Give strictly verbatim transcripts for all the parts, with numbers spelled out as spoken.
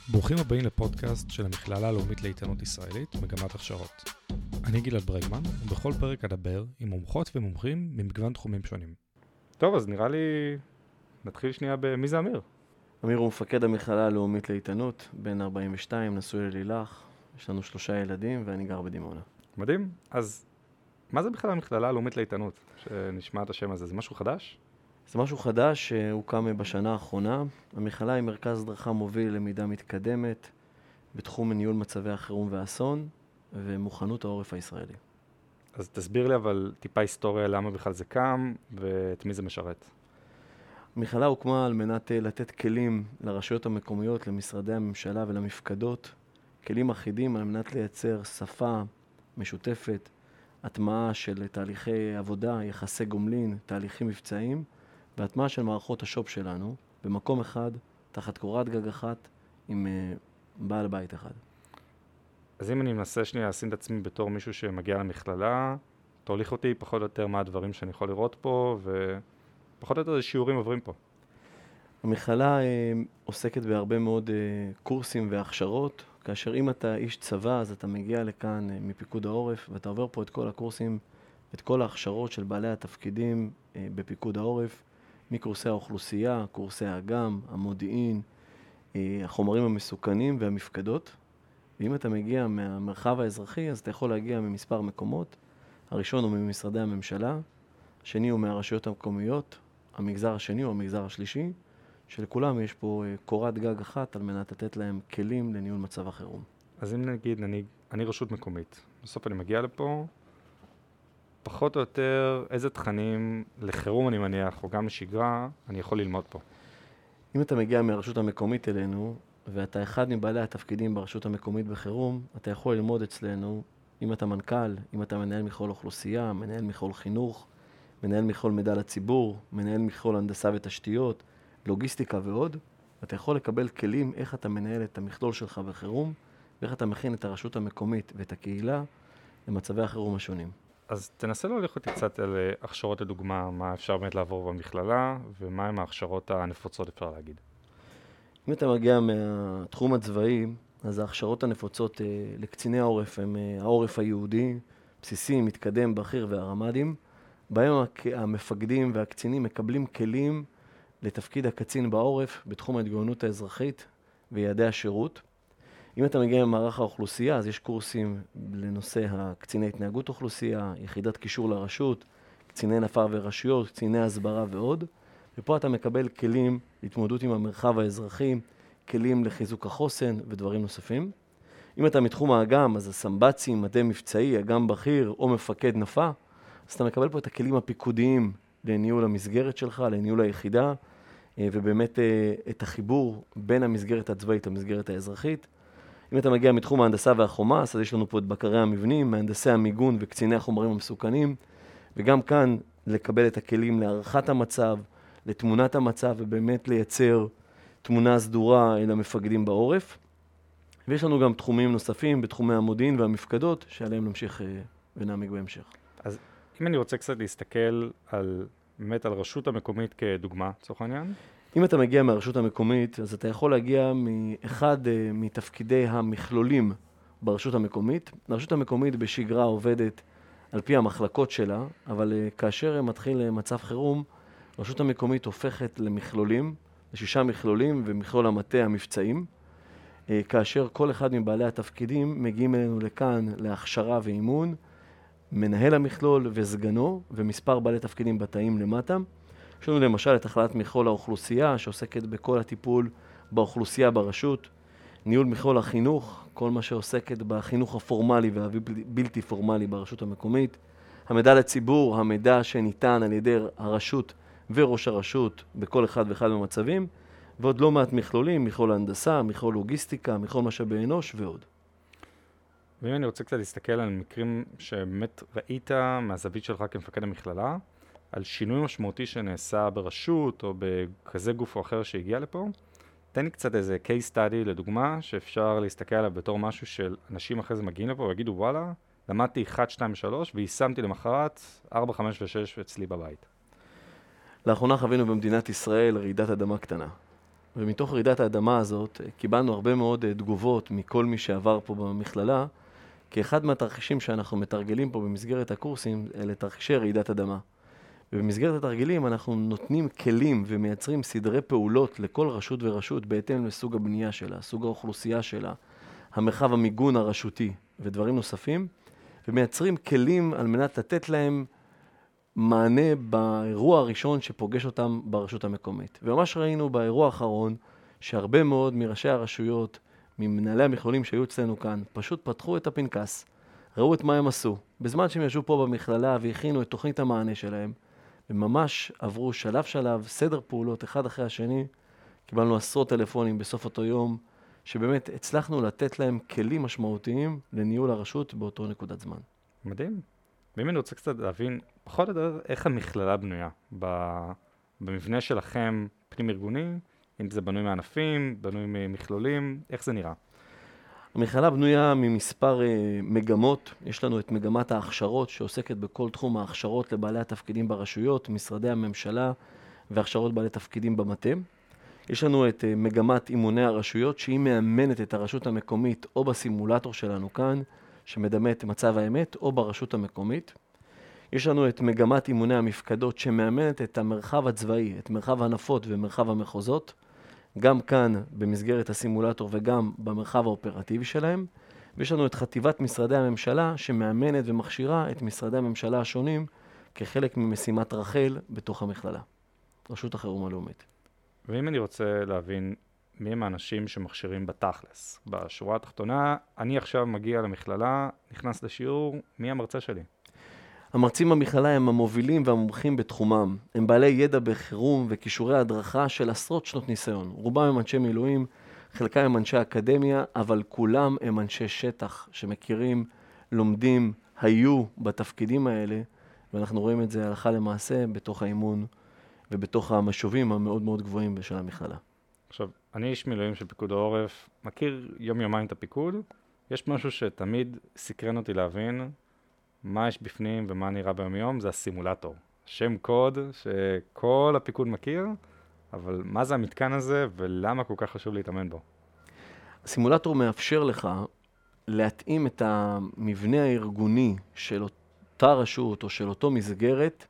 ברוכים הבאים לפודקאסט של המכללה הלאומית לאיתנות ישראלית, מגמת הכשרות. אני גלעד ברגמן, ובכל פרק אדבר עם מומחות ומומחים ממגוון תחומים שונים. טוב, אז נראה לי נתחיל שנייה במי זה אמיר. אמיר הוא מפקד המכללה הלאומית לאיתנות, בן ארבעים ושתיים, נשוי ללילך, יש לנו שלושה ילדים ואני גר בדימונה. מדהים. אז מה זה בכלל המכללה הלאומית לאיתנות? שנשמע את השם הזה, זה משהו חדש? זה משהו חדש שהוקם בשנה האחרונה. המכללה היא מרכז הדרכה מוביל למידה מתקדמת בתחום ניהול מצבי החירום והאסון ומוכנות העורף הישראלי. אז תסביר לי אבל טיפה היסטוריה למה בכלל זה קם ואת מי זה משרת. המכללה הוקמה על מנת לתת כלים לרשויות המקומיות, למשרדי הממשלה ולמפקדות, כלים אחידים על מנת לייצר שפה משותפת, הטמעה של תהליכי עבודה, יחסי גומלין, תהליכים מבצעיים, והטמעה של מערכות השופ שלנו, במקום אחד, תחת קורת גג אחת, עם uh, בעל בית אחד. אז אם אני מנסה שנייה לשים את עצמי בתור מישהו שמגיע למכללה, תוליך אותי פחות או יותר מה הדברים שאני יכול לראות פה, ופחות או יותר איזה שיעורים עוברים פה. המכללה uh, עוסקת בהרבה מאוד uh, קורסים והכשרות, כאשר אם אתה איש צבא, אז אתה מגיע לכאן uh, מפיקוד העורף, ואתה עובר פה את כל הקורסים, את כל ההכשרות של בעלי התפקידים uh, בפיקוד העורף, מקורסי האוכלוסייה, קורסי האגם, המודיעין, החומרים המסוכנים והמפקדות. ואם אתה מגיע מהמרחב האזרחי, אז אתה יכול להגיע ממספר מקומות. הראשון הוא ממשרדי הממשלה, השני הוא מהרשויות המקומיות, המגזר השני הוא המגזר השלישי, שלכולם יש פה קורת גג אחת על מנת לתת להם כלים לניהול מצב החירום. אז אם נגיד, אני, אני רשות מקומית, בסוף אני מגיע לפה, פחות או יותר איזה תכנים לחירום אני מניח, או גם לשגרה, אני יכול ללמוד פה. אם אתה מגיע מהרשות המקומית אלינו, ואתה אחד מבעלי התפקידים ברשות המקומית בחירום, אתה יכול ללמוד אצלנו, אם אתה מנכ"ל, אם אתה מנהל מכלול אוכלוסייה, מנהל מכלול חינוך, מנהל מכלול מידע לציבור, מנהל מכלול הנדסה ותשתיות, לוגיסטיקה ועוד, אתה יכול לקבל כלים איך אתה מנהל את המכלול שלך בחירום, ואיך אתה מכין את הרשות המקומית ואת הקהילה למצבי החירום השונים. אז תנסה להוליך אותי קצת על הכשרות לדוגמה, מה אפשר באמת לעבור במכללה, ומה הם ההכשרות הנפוצות אפשר להגיד. אם אתה מגיע מהתחום הצבאי, אז ההכשרות הנפוצות אה, לקציני העורף הם אה, העורף היהודי, בסיסי, מתקדם, בכיר והרמ"דים, בהם המפקדים והקצינים מקבלים כלים לתפקיד הקצין בעורף בתחום ההתגוננות האזרחית ויעדי השירות. אם אתה מגיע ממערך האוכלוסייה, אז יש קורסים לנושא הקציני התנהגות אוכלוסייה, יחידת קישור לרשות, קציני נפר ורשויות, קציני הסברה ועוד. ופה אתה מקבל כלים להתמודדות עם המרחב האזרחי, כלים לחיזוק החוסן ודברים נוספים. אם אתה מתחום האגם, אז הסמב"צי, מטה מבצעי, אגם בכיר או מפקד נפה, אז אתה מקבל פה את הכלים הפיקודיים לניהול המסגרת שלך, לניהול היחידה, ובאמת את החיבור בין המסגרת הצבאית למסגרת האזרחית. אם אתה מגיע מתחום ההנדסה והחומ"ס, אז יש לנו פה את בקרי המבנים, מהנדסי המיגון וקציני החומרים המסוכנים, וגם כאן לקבל את הכלים להערכת המצב, לתמונת המצב, ובאמת לייצר תמונה סדורה אל המפקדים בעורף. ויש לנו גם תחומים נוספים בתחומי המודיעין והמפקדות, שעליהם נמשיך ונעמיק בהמשך. אז אם אני רוצה קצת להסתכל על, באמת על רשות המקומית כדוגמה, לצורך העניין, אם אתה מגיע מהרשות המקומית, אז אתה יכול להגיע מאחד מתפקידי המכלולים ברשות המקומית. הרשות המקומית בשגרה עובדת על פי המחלקות שלה, אבל כאשר מתחיל מצב חירום, הרשות המקומית הופכת למכלולים, לשישה מכלולים ומכלול המטה המבצעים, כאשר כל אחד מבעלי התפקידים מגיעים אלינו לכאן להכשרה ואימון, מנהל המכלול וסגנו ומספר בעלי תפקידים בתאים למטה. יש לנו למשל את הכללת מכלול האוכלוסייה שעוסקת בכל הטיפול באוכלוסייה ברשות, ניהול מכלול החינוך, כל מה שעוסקת בחינוך הפורמלי והבלתי פורמלי ברשות המקומית, המידע לציבור, המידע שניתן על ידי הרשות וראש הרשות בכל אחד ואחד מהמצבים, ועוד לא מעט מכלולים, מכלול הנדסה, מכלול לוגיסטיקה, מכלול משאבי אנוש ועוד. ואם אני רוצה קצת להסתכל על מקרים שבאמת ראית מהזווית שלך כמפקד המכללה, על שינוי משמעותי שנעשה ברשות או בכזה גוף או אחר שהגיע לפה, תן לי קצת איזה case study לדוגמה, שאפשר להסתכל עליו בתור משהו של אנשים אחרי זה מגיעים לפה ויגידו וואלה, למדתי אחת, שתיים, שלוש ויישמתי למחרת ארבע, חמש ושש אצלי בבית. לאחרונה חווינו במדינת ישראל רעידת אדמה קטנה. ומתוך רעידת האדמה הזאת קיבלנו הרבה מאוד תגובות מכל מי שעבר פה במכללה, כי אחד מהתרחישים שאנחנו מתרגלים פה במסגרת הקורסים, אלה תרחישי רעידת אדמה. ובמסגרת התרגילים אנחנו נותנים כלים ומייצרים סדרי פעולות לכל רשות ורשות בהתאם לסוג הבנייה שלה, סוג האוכלוסייה שלה, המרחב המיגון הרשותי ודברים נוספים, ומייצרים כלים על מנת לתת להם מענה באירוע הראשון שפוגש אותם ברשות המקומית. וממש ראינו באירוע האחרון שהרבה מאוד מראשי הרשויות, ממנהלי המכלולים שהיו אצלנו כאן, פשוט פתחו את הפנקס, ראו את מה הם עשו. בזמן שהם ישבו פה במכללה והכינו את תוכנית המענה שלהם, וממש עברו שלב שלב, סדר פעולות אחד אחרי השני, קיבלנו עשרות טלפונים בסוף אותו יום, שבאמת הצלחנו לתת להם כלים משמעותיים לניהול הרשות באותו נקודת זמן. מדהים. ואם אני רוצה קצת להבין, פחות או יותר, איך המכללה בנויה? במבנה שלכם פנים ארגוני, אם זה בנוי מענפים, בנוי ממכלולים, איך זה נראה? המכללה בנויה ממספר uh, מגמות. יש לנו את מגמת ההכשרות שעוסקת בכל תחום ההכשרות לבעלי התפקידים ברשויות, משרדי הממשלה והכשרות בעלי תפקידים במטה. יש לנו את uh, מגמת אימוני הרשויות שהיא מאמנת את הרשות המקומית או בסימולטור שלנו כאן, שמדמה את מצב האמת, או ברשות המקומית. יש לנו את מגמת אימוני המפקדות שמאמנת את המרחב הצבאי, את מרחב הנפות ומרחב המחוזות, גם כאן במסגרת הסימולטור וגם במרחב האופרטיבי שלהם. ויש לנו את חטיבת משרדי הממשלה שמאמנת ומכשירה את משרדי הממשלה השונים כחלק ממשימת רחל בתוך המכללה, רשות החירום הלאומית. ואם אני רוצה להבין מי הם האנשים שמכשירים בתכלס, בשורה התחתונה, אני עכשיו מגיע למכללה, נכנס לשיעור, מי המרצה שלי? המרצים במכללה הם המובילים והמומחים בתחומם. הם בעלי ידע בחירום וכישורי הדרכה של עשרות שנות ניסיון. רובם הם אנשי מילואים, חלקם הם אנשי אקדמיה, אבל כולם הם אנשי שטח שמכירים, לומדים, היו בתפקידים האלה, ואנחנו רואים את זה הלכה למעשה בתוך האימון ובתוך המשובים המאוד מאוד גבוהים של המכללה. עכשיו, אני איש מילואים של פיקוד העורף, מכיר יום יומיים את הפיקוד, יש משהו שתמיד סקרן אותי להבין, מה יש בפנים ומה נראה ביום יום, זה הסימולטור. שם קוד שכל הפיקוד מכיר, אבל מה זה המתקן הזה ולמה כל כך חשוב להתאמן בו? הסימולטור מאפשר לך להתאים את המבנה הארגוני של אותה רשות או של אותו מסגרת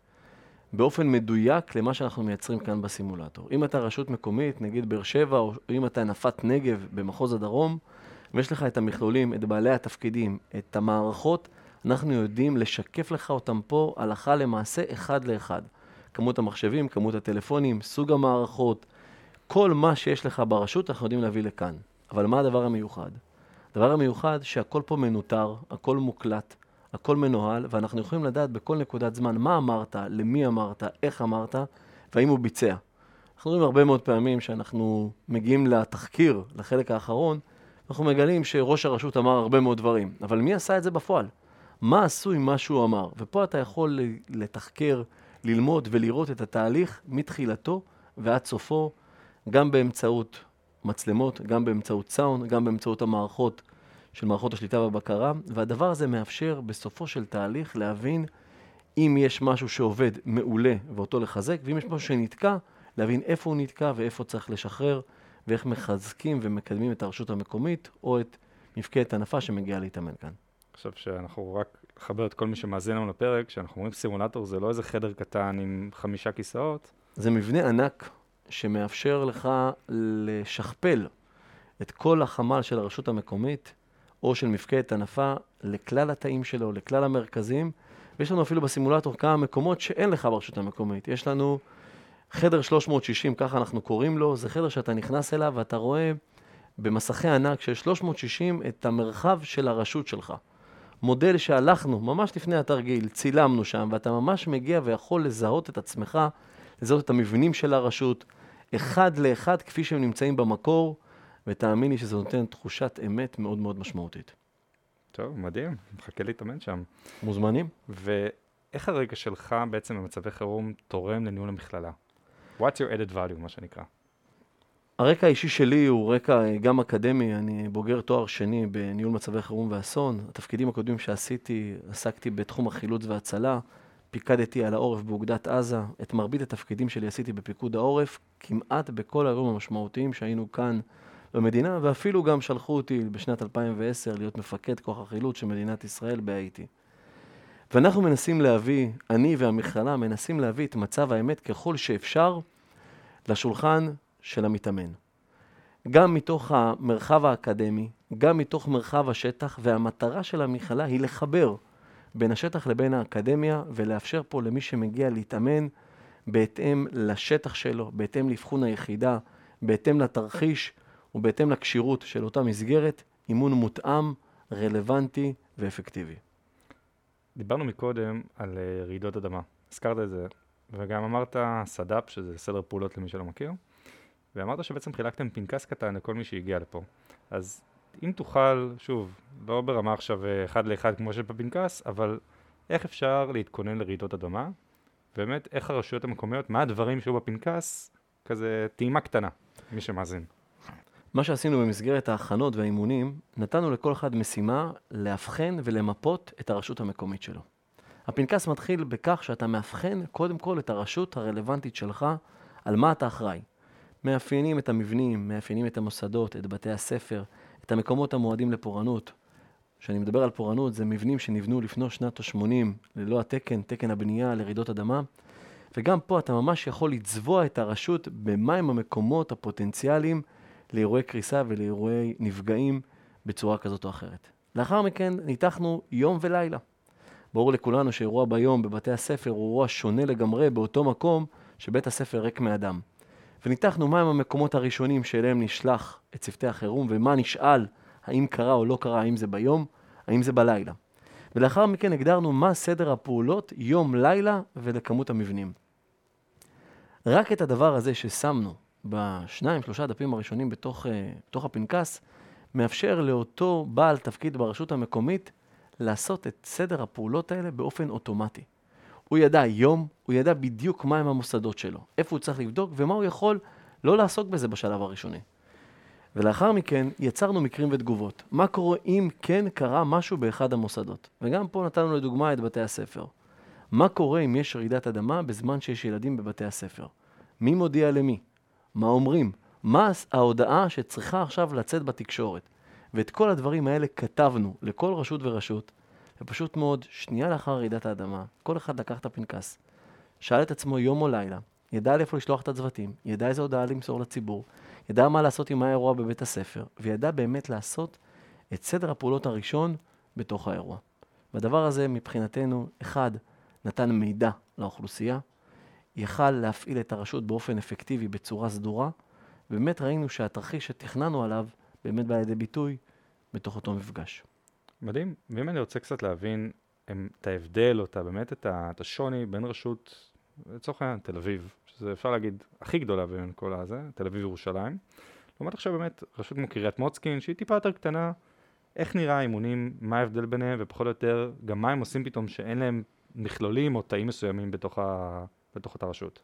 באופן מדויק למה שאנחנו מייצרים כאן בסימולטור. אם אתה רשות מקומית, נגיד באר שבע, או אם אתה נפת נגב במחוז הדרום, ויש לך את המכלולים, את בעלי התפקידים, את המערכות, אנחנו יודעים לשקף לך אותם פה הלכה למעשה אחד לאחד. כמות המחשבים, כמות הטלפונים, סוג המערכות, כל מה שיש לך ברשות אנחנו יודעים להביא לכאן. אבל מה הדבר המיוחד? הדבר המיוחד שהכל פה מנותר, הכל מוקלט, הכל מנוהל, ואנחנו יכולים לדעת בכל נקודת זמן מה אמרת, למי אמרת, איך אמרת, והאם הוא ביצע. אנחנו רואים הרבה מאוד פעמים שאנחנו מגיעים לתחקיר, לחלק האחרון, אנחנו מגלים שראש הרשות אמר הרבה מאוד דברים, אבל מי עשה את זה בפועל? מה עשו עם מה שהוא אמר? ופה אתה יכול לתחקר, ללמוד ולראות את התהליך מתחילתו ועד סופו, גם באמצעות מצלמות, גם באמצעות סאונד, גם באמצעות המערכות של מערכות השליטה והבקרה, והדבר הזה מאפשר בסופו של תהליך להבין אם יש משהו שעובד מעולה ואותו לחזק, ואם יש משהו שנתקע, להבין איפה הוא נתקע ואיפה צריך לשחרר, ואיך מחזקים ומקדמים את הרשות המקומית או את מפקדת הנפה שמגיעה להתאמן כאן. עכשיו שאנחנו רק לחבר את כל מי שמאזין לנו לפרק, כשאנחנו אומרים סימולטור זה לא איזה חדר קטן עם חמישה כיסאות. זה מבנה ענק שמאפשר לך לשכפל את כל החמ"ל של הרשות המקומית או של מפקדת הנפה לכלל התאים שלו, לכלל המרכזים, ויש לנו אפילו בסימולטור כמה מקומות שאין לך ברשות המקומית. יש לנו חדר שלוש מאות שישים, ככה אנחנו קוראים לו, זה חדר שאתה נכנס אליו ואתה רואה במסכי ענק של שלוש מאות שישים את המרחב של הרשות שלך. מודל שהלכנו ממש לפני התרגיל, צילמנו שם, ואתה ממש מגיע ויכול לזהות את עצמך, לזהות את המבנים של הרשות, אחד לאחד כפי שהם נמצאים במקור, ותאמין לי שזה נותן תחושת אמת מאוד מאוד משמעותית. טוב, מדהים, מחכה להתאמן שם. מוזמנים. ואיך הרקע שלך בעצם במצבי חירום תורם לניהול המכללה? What's your added value, מה שנקרא? הרקע האישי שלי הוא רקע גם אקדמי, אני בוגר תואר שני בניהול מצבי חירום ואסון. התפקידים הקודמים שעשיתי, עסקתי בתחום החילוץ והצלה, פיקדתי על העורף באוגדת עזה, את מרבית התפקידים שלי עשיתי בפיקוד העורף, כמעט בכל האירועים המשמעותיים שהיינו כאן במדינה, ואפילו גם שלחו אותי בשנת אלפיים ועשר להיות מפקד כוח החילוץ של מדינת ישראל בהאיטי. ואנחנו מנסים להביא, אני והמכללה מנסים להביא את מצב האמת ככל שאפשר לשולחן של המתאמן. גם מתוך המרחב האקדמי, גם מתוך מרחב השטח, והמטרה של המכללה היא לחבר בין השטח לבין האקדמיה, ולאפשר פה למי שמגיע להתאמן בהתאם לשטח שלו, בהתאם לבחון היחידה, בהתאם לתרחיש ובהתאם לקשירות של אותה מסגרת, אימון מותאם, רלוונטי ואפקטיבי. דיברנו מקודם על uh, רעידות אדמה. הזכרת את זה, וגם אמרת סד"פ, שזה סדר פעולות למי שלא מכיר, ואמרת שבעצם חילקתם פנקס קטן לכל מי שהגיע לפה. אז אם תוכל, שוב, לא ברמה עכשיו אחד לאחד כמו שבפנקס, אבל איך אפשר להתכונן לרעידות אדמה? באמת, איך הרשויות המקומיות, מה הדברים שהיו בפנקס, כזה טעימה קטנה, מי שמאזין. מה שעשינו במסגרת ההכנות והאימונים, נתנו לכל אחד משימה להבחן ולמפות את הרשות המקומית שלו. הפנקס מתחיל בכך שאתה מאבחן קודם כל את הרשות הרלוונטית שלך, על מה אתה אחראי. מאפיינים את המבנים, מאפיינים את המוסדות, את בתי הספר, את המקומות המועדים לפורענות. כשאני מדבר על פורענות, זה מבנים שנבנו לפני שנת ה-שמונים, ללא התקן, תקן הבנייה לרעידות אדמה. וגם פה אתה ממש יכול לצבוע את הרשות במהם המקומות הפוטנציאליים לאירועי קריסה ולאירועי נפגעים בצורה כזאת או אחרת. לאחר מכן ניתחנו יום ולילה. ברור לכולנו שאירוע ביום בבתי הספר הוא אירוע שונה לגמרי באותו מקום שבית הספר ריק מאדם. וניתחנו מהם המקומות הראשונים שאליהם נשלח את צוותי החירום, ומה נשאל, האם קרה או לא קרה, האם זה ביום, האם זה בלילה. ולאחר מכן הגדרנו מה סדר הפעולות יום, לילה ולכמות המבנים. רק את הדבר הזה ששמנו בשניים, שלושה דפים הראשונים בתוך, בתוך הפנקס, מאפשר לאותו בעל תפקיד ברשות המקומית לעשות את סדר הפעולות האלה באופן אוטומטי. הוא ידע יום, הוא ידע בדיוק מהם המוסדות שלו, איפה הוא צריך לבדוק ומה הוא יכול לא לעסוק בזה בשלב הראשוני. ולאחר מכן יצרנו מקרים ותגובות. מה קורה אם כן קרה משהו באחד המוסדות? וגם פה נתנו לדוגמה את בתי הספר. מה קורה אם יש רעידת אדמה בזמן שיש ילדים בבתי הספר? מי מודיע למי? מה אומרים? מה ההודעה שצריכה עכשיו לצאת בתקשורת? ואת כל הדברים האלה כתבנו לכל רשות ורשות, ופשוט מאוד, שנייה לאחר רעידת האדמה, כל אחד לקח את הפנקס, שאל את עצמו יום או לילה, ידע לאיפה לשלוח את הצוותים, ידע איזו הודעה למסור לציבור, ידע מה לעשות עם האירוע בבית הספר, וידע באמת לעשות את סדר הפעולות הראשון בתוך האירוע. והדבר הזה מבחינתנו, אחד, נתן מידע לאוכלוסייה, יכל להפעיל את הרשות באופן אפקטיבי בצורה סדורה, ובאמת ראינו שהתרחיש שתכננו עליו באמת בא לידי ביטוי בתוך אותו מפגש. מדהים, ואם אני רוצה קצת להבין הם, את ההבדל או את, באמת את, ה, את השוני בין רשות, לצורך העניין תל אביב, שזה אפשר להגיד הכי גדולה בין כל הזה, תל אביב ירושלים, לעומת עכשיו באמת רשות כמו קריית מוצקין, שהיא טיפה יותר קטנה, איך נראה האימונים, מה ההבדל ביניהם, ופחות או יותר גם מה הם עושים פתאום שאין להם מכלולים או תאים מסוימים בתוך, ה, בתוך אותה רשות.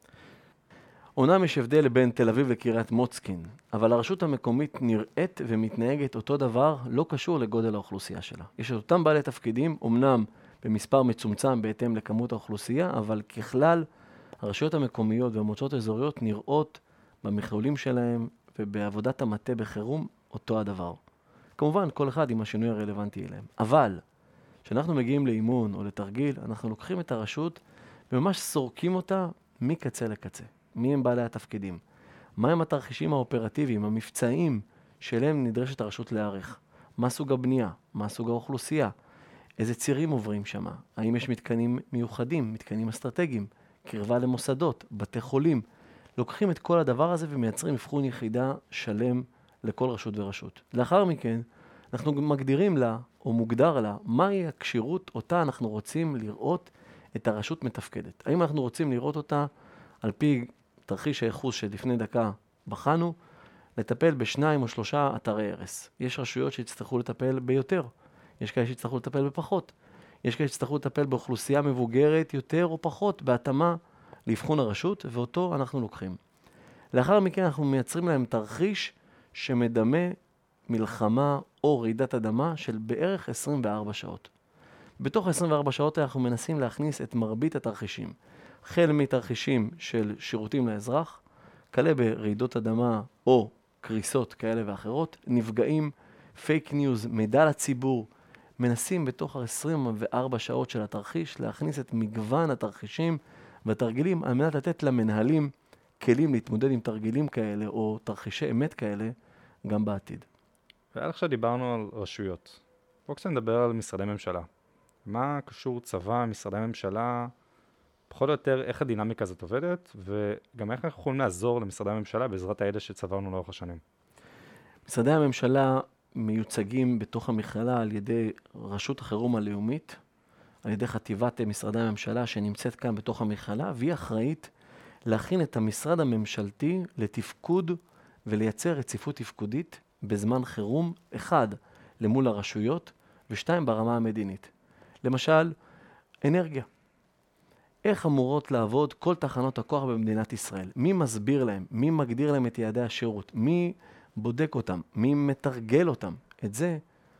אומנם יש הבדל בין תל אביב לקריית מוצקין, אבל הרשות המקומית נראית ומתנהגת אותו דבר, לא קשור לגודל האוכלוסייה שלה. יש את אותם בעלי תפקידים, אומנם במספר מצומצם בהתאם לכמות האוכלוסייה, אבל ככלל הרשויות המקומיות והמועצות האזוריות נראות במכלולים שלהם ובעבודת המטה בחירום אותו הדבר. כמובן, כל אחד עם השינוי הרלוונטי אליהם. אבל, כשאנחנו מגיעים לאימון או לתרגיל, אנחנו לוקחים את הרשות וממש סורקים אותה מקצה לקצה. מי הם בעלי התפקידים? מה הם התרחישים האופרטיביים, המבצעיים, שאליהם נדרשת הרשות להערך? מה סוג הבנייה? מה סוג האוכלוסייה? איזה צירים עוברים שם? האם יש מתקנים מיוחדים, מתקנים אסטרטגיים, קרבה למוסדות, בתי חולים? לוקחים את כל הדבר הזה ומייצרים מבחון יחידה שלם לכל רשות ורשות. לאחר מכן, אנחנו מגדירים לה, או מוגדר לה, מהי הקשירות אותה אנחנו רוצים לראות את הרשות מתפקדת. האם אנחנו רוצים לראות אותה על פי תרחיש הייחוס שלפני דקה בחנו, לטפל בשניים או שלושה אתרי הרס. יש רשויות שיצטרכו לטפל ביותר, יש כאלה שיצטרכו לטפל בפחות, יש כאלה שיצטרכו לטפל באוכלוסייה מבוגרת יותר או פחות, בהתאמה לבחון הרשות, ואותו אנחנו לוקחים. לאחר מכן אנחנו מייצרים להם תרחיש שמדמה מלחמה או רעידת אדמה של בערך עשרים וארבע שעות. בתוך עשרים וארבע שעות אנחנו מנסים להכניס את מרבית התרחישים. החל מתרחישים של שירותים לאזרח, כאלה ברעידות אדמה או קריסות כאלה ואחרות, נפגעים, פייק ניוז, מידע לציבור, מנסים בתוך עשרים וארבע שעות של התרחיש להכניס את מגוון התרחישים והתרגילים על מנת לתת למנהלים כלים להתמודד עם תרגילים כאלה או תרחישי אמת כאלה גם בעתיד. ועד עכשיו דיברנו על רשויות. בואו קצת נדבר על משרדי ממשלה. מה קשור צבא, משרדי ממשלה, פחות או יותר איך הדינמיקה הזאת עובדת, וגם איך אנחנו יכולים לעזור למשרדי הממשלה בעזרת הידע שצברנו לאורך השנים. משרדי הממשלה מיוצגים בתוך המכללה על ידי רשות החירום הלאומית, על ידי חטיבת משרדי הממשלה שנמצאת כאן בתוך המכללה, והיא אחראית להכין את המשרד הממשלתי לתפקוד ולייצר רציפות תפקודית בזמן חירום, אחד, למול הרשויות, ושתיים, ברמה המדינית. למשל, אנרגיה. איך אמורות לעבוד כל תחנות הכוח במדינת ישראל? מי מסביר להם? מי מגדיר להם את יעדי השירות? מי בודק אותם? מי מתרגל אותם? את זה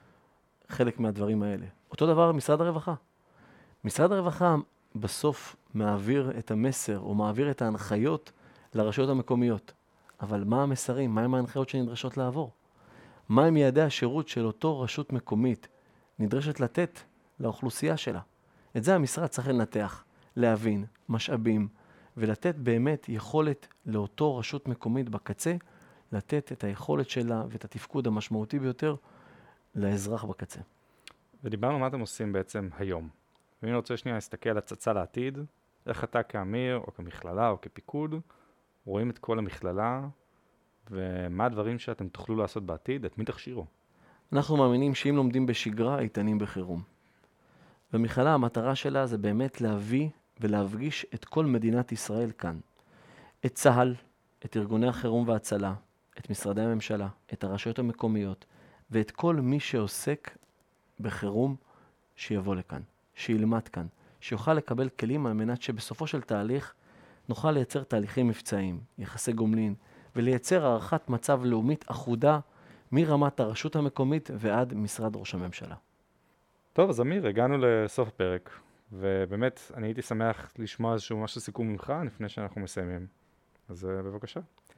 חלק מהדברים האלה. אותו דבר משרד הרווחה. משרד הרווחה בסוף מעביר את המסר או מעביר את ההנחיות לרשויות המקומיות. אבל מה המסרים? מה הם ההנחיות שנדרשות לעבור? מה הם יעדי השירות של אותו רשות מקומית נדרשת לתת לאוכלוסייה שלה? את זה המשרד צריך לנתח, להבין, משאבים, ולתת באמת יכולת לאותו רשות מקומית בקצה, לתת את היכולת שלה ואת התפקוד המשמעותי ביותר לאזרח בקצה. ודיברנו מה אתם עושים בעצם היום. ואם אני רוצה שנייה להסתכל על הצצה לעתיד, איך אתה כאמיר או כמכללה או כפיקוד, רואים את כל המכללה, ומה הדברים שאתם תוכלו לעשות בעתיד, את מי תכשירו? אנחנו מאמינים שאם לומדים בשגרה, איתנים בחירום. במכללה המטרה שלה זה באמת להביא ולהפגיש את כל מדינת ישראל כאן. את צה"ל, את ארגוני החירום וההצלה, את משרדי הממשלה, את הרשויות המקומיות, ואת כל מי שעוסק בחירום שיבוא לכאן, שילמד כאן, שיוכל לקבל כלים על מנת שבסופו של תהליך נוכל לייצר תהליכים מבצעיים, יחסי גומלין, ולייצר הערכת מצב לאומית אחודה מרמת הרשות המקומית ועד משרד ראש הממשלה. טוב, אז אמיר, הגענו לסוף הפרק, ובאמת אני הייתי שמח לשמוע איזשהו משהו סיכום ממך לפני שאנחנו מסיימים. אז בבקשה.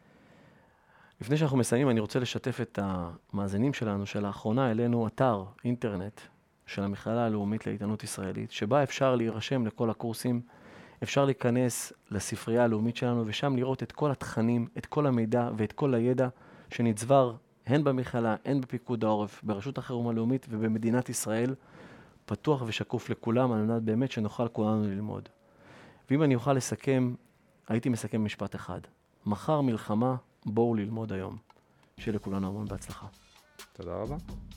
לפני שאנחנו מסיימים, אני רוצה לשתף את המאזינים שלנו שלאחרונה אלינו אתר אינטרנט של המכללה הלאומית לאיתנות ישראלית, שבה אפשר להירשם לכל הקורסים, אפשר להיכנס לספרייה הלאומית שלנו, ושם לראות את כל התכנים, את כל המידע ואת כל הידע שנצבר הן במכללה, הן בפיקוד העורף, ברשות החירום הלאומית ובמדינת ישראל, פתוח ושקוף לכולם, על מנת באמת שנוכל כולנו ללמוד. ואם אני אוכל לסכם, הייתי מסכם משפט אחד. מחר מלחמה, בואו ללמוד היום. שיהיה לכולנו המון בהצלחה. תודה רבה.